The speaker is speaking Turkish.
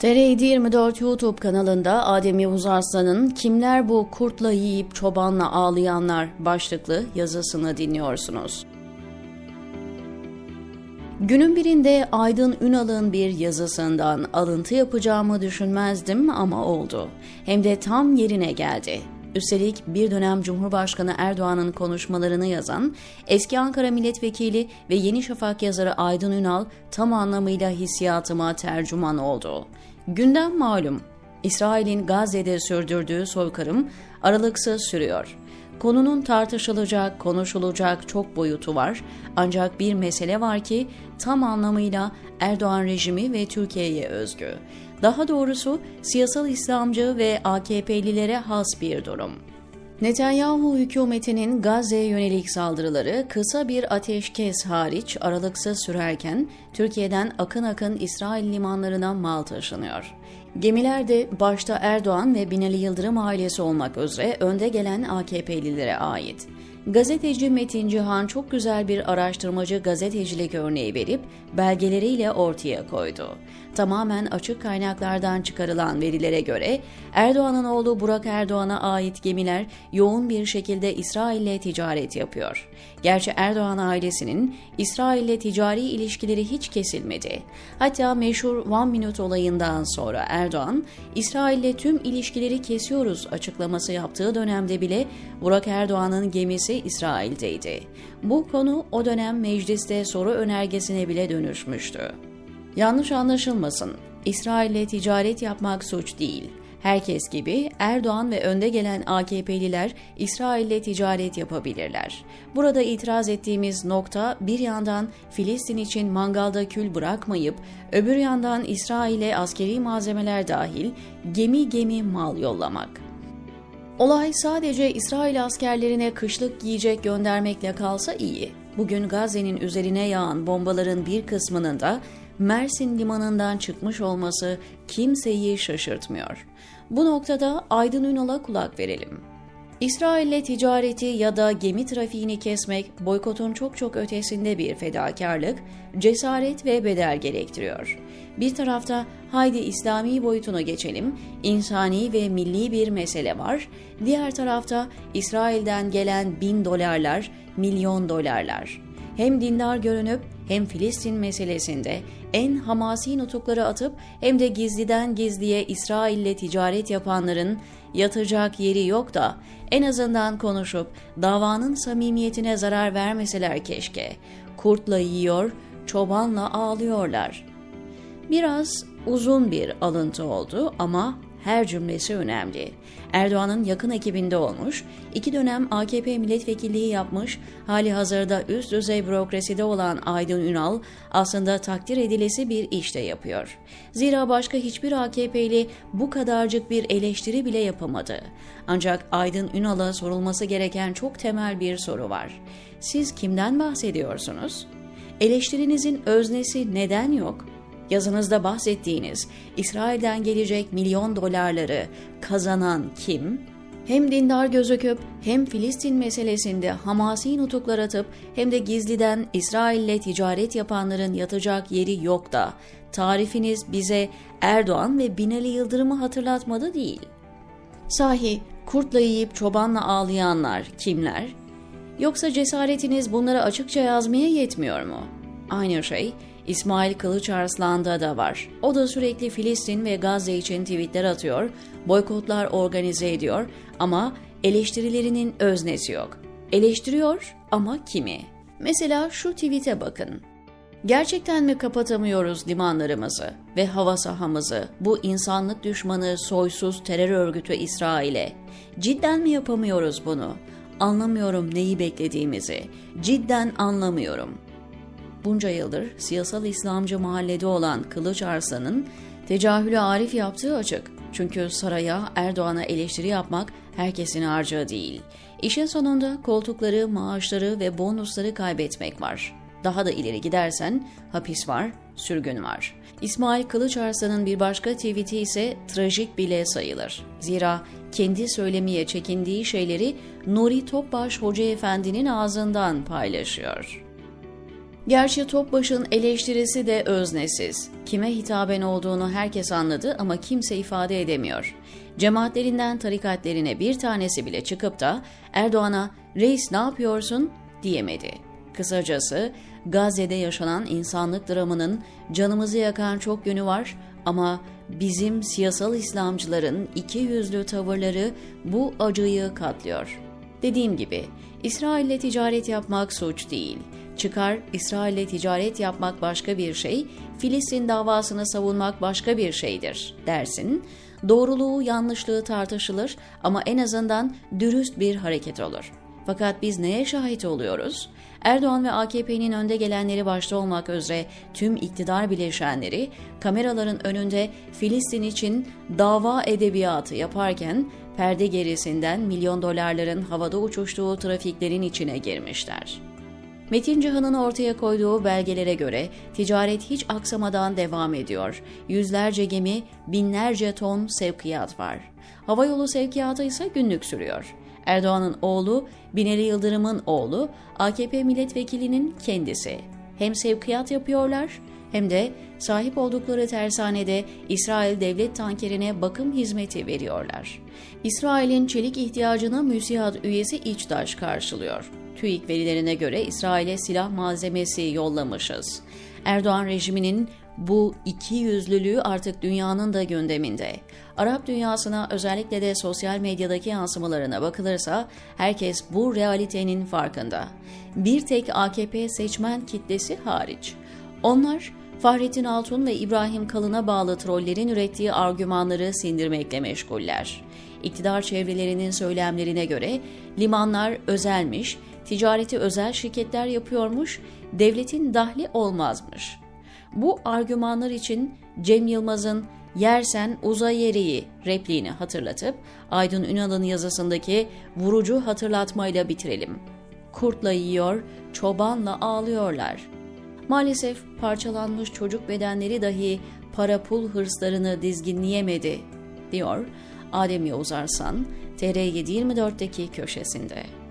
TR724 YouTube kanalında Adem Yavuz Arslan'ın "Kimler bu kurtla yiyip çobanla ağlayanlar" başlıklı yazısını dinliyorsunuz. Günün birinde Aydın Ünal'ın bir yazısından alıntı yapacağımı düşünmezdim ama oldu. Hem de tam yerine geldi. Üstelik bir dönem Cumhurbaşkanı Erdoğan'ın konuşmalarını yazan eski Ankara Milletvekili ve Yeni Şafak yazarı Aydın Ünal tam anlamıyla hissiyatıma tercüman oldu. Gündem malum. İsrail'in Gazze'de sürdürdüğü soykırım aralıksız sürüyor. Konunun tartışılacak, konuşulacak çok boyutu var. Ancak bir mesele var ki tam anlamıyla Erdoğan rejimi ve Türkiye'ye özgü. Daha doğrusu siyasal İslamcı ve AKP'lilere has bir durum. Netanyahu hükümetinin Gazze'ye yönelik saldırıları kısa bir ateşkes hariç aralıksız sürerken Türkiye'den akın akın İsrail limanlarına mal taşınıyor. Gemiler de başta Erdoğan ve Binali Yıldırım ailesi olmak üzere önde gelen AKP'lilere ait. Gazeteci Metin Cihan çok güzel bir araştırmacı gazetecilik örneği verip belgeleriyle ortaya koydu. Tamamen açık kaynaklardan çıkarılan verilere göre Erdoğan'ın oğlu Burak Erdoğan'a ait gemiler yoğun bir şekilde İsrail'le ticaret yapıyor. Gerçi Erdoğan ailesinin İsrail'le ticari ilişkileri hiç kesilmedi. Hatta meşhur One Minute olayından sonra Erdoğan, İsrail'le tüm ilişkileri kesiyoruz açıklaması yaptığı dönemde bile Burak Erdoğan'ın gemisi İsrail'deydi. Bu konu o dönem mecliste soru önergesine bile dönüşmüştü. Yanlış anlaşılmasın, İsrail'le ticaret yapmak suç değil. Herkes gibi Erdoğan ve önde gelen AKP'liler İsrail'le ticaret yapabilirler. Burada itiraz ettiğimiz nokta bir yandan Filistin için mangalda kül bırakmayıp öbür yandan İsrail'e askeri malzemeler dahil gemi mal yollamak. Olay sadece İsrail askerlerine kışlık giyecek göndermekle kalsa iyi. Bugün Gazze'nin üzerine yağan bombaların bir kısmının da Mersin limanından çıkmış olması kimseyi şaşırtmıyor. Bu noktada Aydın Ünal'a kulak verelim. İsrail'le ticareti ya da gemi trafiğini kesmek boykotun çok ötesinde bir fedakarlık, cesaret ve bedel gerektiriyor. Bir tarafta haydi İslami boyutuna geçelim, insani ve milli bir mesele var. Diğer tarafta İsrail'den gelen $1000, milyon dolarlar. Hem dindar görünüp hem Filistin meselesinde en hamasi nutukları atıp hem de gizliden gizliye İsrail'le ticaret yapanların yatacak yeri yok da en azından konuşup davanın samimiyetine zarar vermeseler keşke. Kurtla yiyor, çobanla ağlıyorlar. Biraz uzun bir alıntı oldu ama her cümlesi önemli. Erdoğan'ın yakın ekibinde olmuş, 2 dönem AKP milletvekilliği yapmış, hali hazırda üst düzey bürokraside olan Aydın Ünal aslında takdir edilesi bir iş de yapıyor. Zira başka hiçbir AKP'li bu kadarcık bir eleştiri bile yapamadı. Ancak Aydın Ünal'a sorulması gereken çok temel bir soru var. Siz kimden bahsediyorsunuz? Eleştirinizin öznesi neden yok? Yazınızda bahsettiğiniz İsrail'den gelecek milyon dolarları kazanan kim? Hem dindar gözüküp hem Filistin meselesinde hamasi nutuklar atıp hem de gizliden İsrail'le ticaret yapanların yatacak yeri yok da tarifiniz bize Erdoğan ve Binali Yıldırım'ı hatırlatmadı değil. Sahi kurtla yiyip çobanla ağlayanlar kimler? Yoksa cesaretiniz bunları açıkça yazmaya yetmiyor mu? Aynı şey İsmail Kılıçarslan'da da var. O da sürekli Filistin ve Gazze için tweetler atıyor, boykotlar organize ediyor ama eleştirilerinin öznesi yok. Eleştiriyor ama kimi? Mesela şu tweet'e bakın. Gerçekten mi kapatamıyoruz limanlarımızı ve hava sahamızı bu insanlık düşmanı soysuz terör örgütü İsrail'e? Cidden mi yapamıyoruz bunu? Anlamıyorum neyi beklediğimizi. Cidden anlamıyorum. Bunca yıldır siyasal İslamcı mahallede olan Kılıçarslan'ın tecahülü arif yaptığı açık. Çünkü saraya Erdoğan'a eleştiri yapmak herkesin harcı değil. İşin sonunda koltukları, maaşları ve bonusları kaybetmek var. Daha da ileri gidersen hapis var, sürgün var. İsmail Kılıçarslan'ın bir başka tweet'i ise trajik bile sayılır. Zira kendi söylemeye çekindiği şeyleri Nuri Topbaş Hoca Efendi'nin ağzından paylaşıyor. Gerçi Topbaş'ın eleştirisi de öznesiz. Kime hitaben olduğunu herkes anladı ama kimse ifade edemiyor. Cemaatlerinden tarikatlerine bir tanesi bile çıkıp da Erdoğan'a "Reis ne yapıyorsun?" diyemedi. Kısacası Gazze'de yaşanan insanlık dramının canımızı yakan çok yönü var ama bizim siyasal İslamcıların ikiyüzlü tavırları bu acıyı katlıyor. Dediğim gibi İsrail'le ticaret yapmak suç değil. Çıkar İsrail'le ticaret yapmak başka bir şey, Filistin davasını savunmak başka bir şeydir dersin. Doğruluğu, yanlışlığı tartışılır ama en azından dürüst bir hareket olur. Fakat biz neye şahit oluyoruz? Erdoğan ve AKP'nin önde gelenleri başta olmak üzere tüm iktidar bileşenleri kameraların önünde Filistin için dava edebiyatı yaparken perde gerisinden milyon dolarların havada uçuştuğu trafiklerin içine girmişler. Metin Cihan'ın ortaya koyduğu belgelere göre ticaret hiç aksamadan devam ediyor. Yüzlerce gemi, binlerce ton sevkiyat var. Havayolu sevkiyatı ise günlük sürüyor. Erdoğan'ın oğlu, Binali Yıldırım'ın oğlu, AKP milletvekilinin kendisi. Hem sevkiyat yapıyorlar hem de sahip oldukları tersanede İsrail devlet tankerine bakım hizmeti veriyorlar. İsrail'in çelik ihtiyacını müsiat üyesi İçtaş karşılıyor. TÜİK verilerine göre İsrail'e silah malzemesi yollamışız. Erdoğan rejiminin bu ikiyüzlülüğü artık dünyanın da gündeminde. Arap dünyasına, özellikle de sosyal medyadaki yansımalarına bakılırsa herkes bu realitenin farkında. Bir tek AKP seçmen kitlesi hariç. Onlar Fahrettin Altun ve İbrahim Kalın'a bağlı trollerin ürettiği argümanları sindirmekle meşguller. İktidar çevrelerinin söylemlerine göre limanlar özelmiş, ticareti özel şirketler yapıyormuş, devletin dahli olmazmış. Bu argümanlar için Cem Yılmaz'ın "Yersen uza yeriyi" repliğini hatırlatıp Aydın Ünal'ın yazısındaki vurucu hatırlatmayla bitirelim. Kurtla yiyor, çobanla ağlıyorlar. Maalesef parçalanmış çocuk bedenleri dahi para pul hırslarını dizginleyemedi, diyor Adem Yavuz Arslan, TR724'deki köşesinde.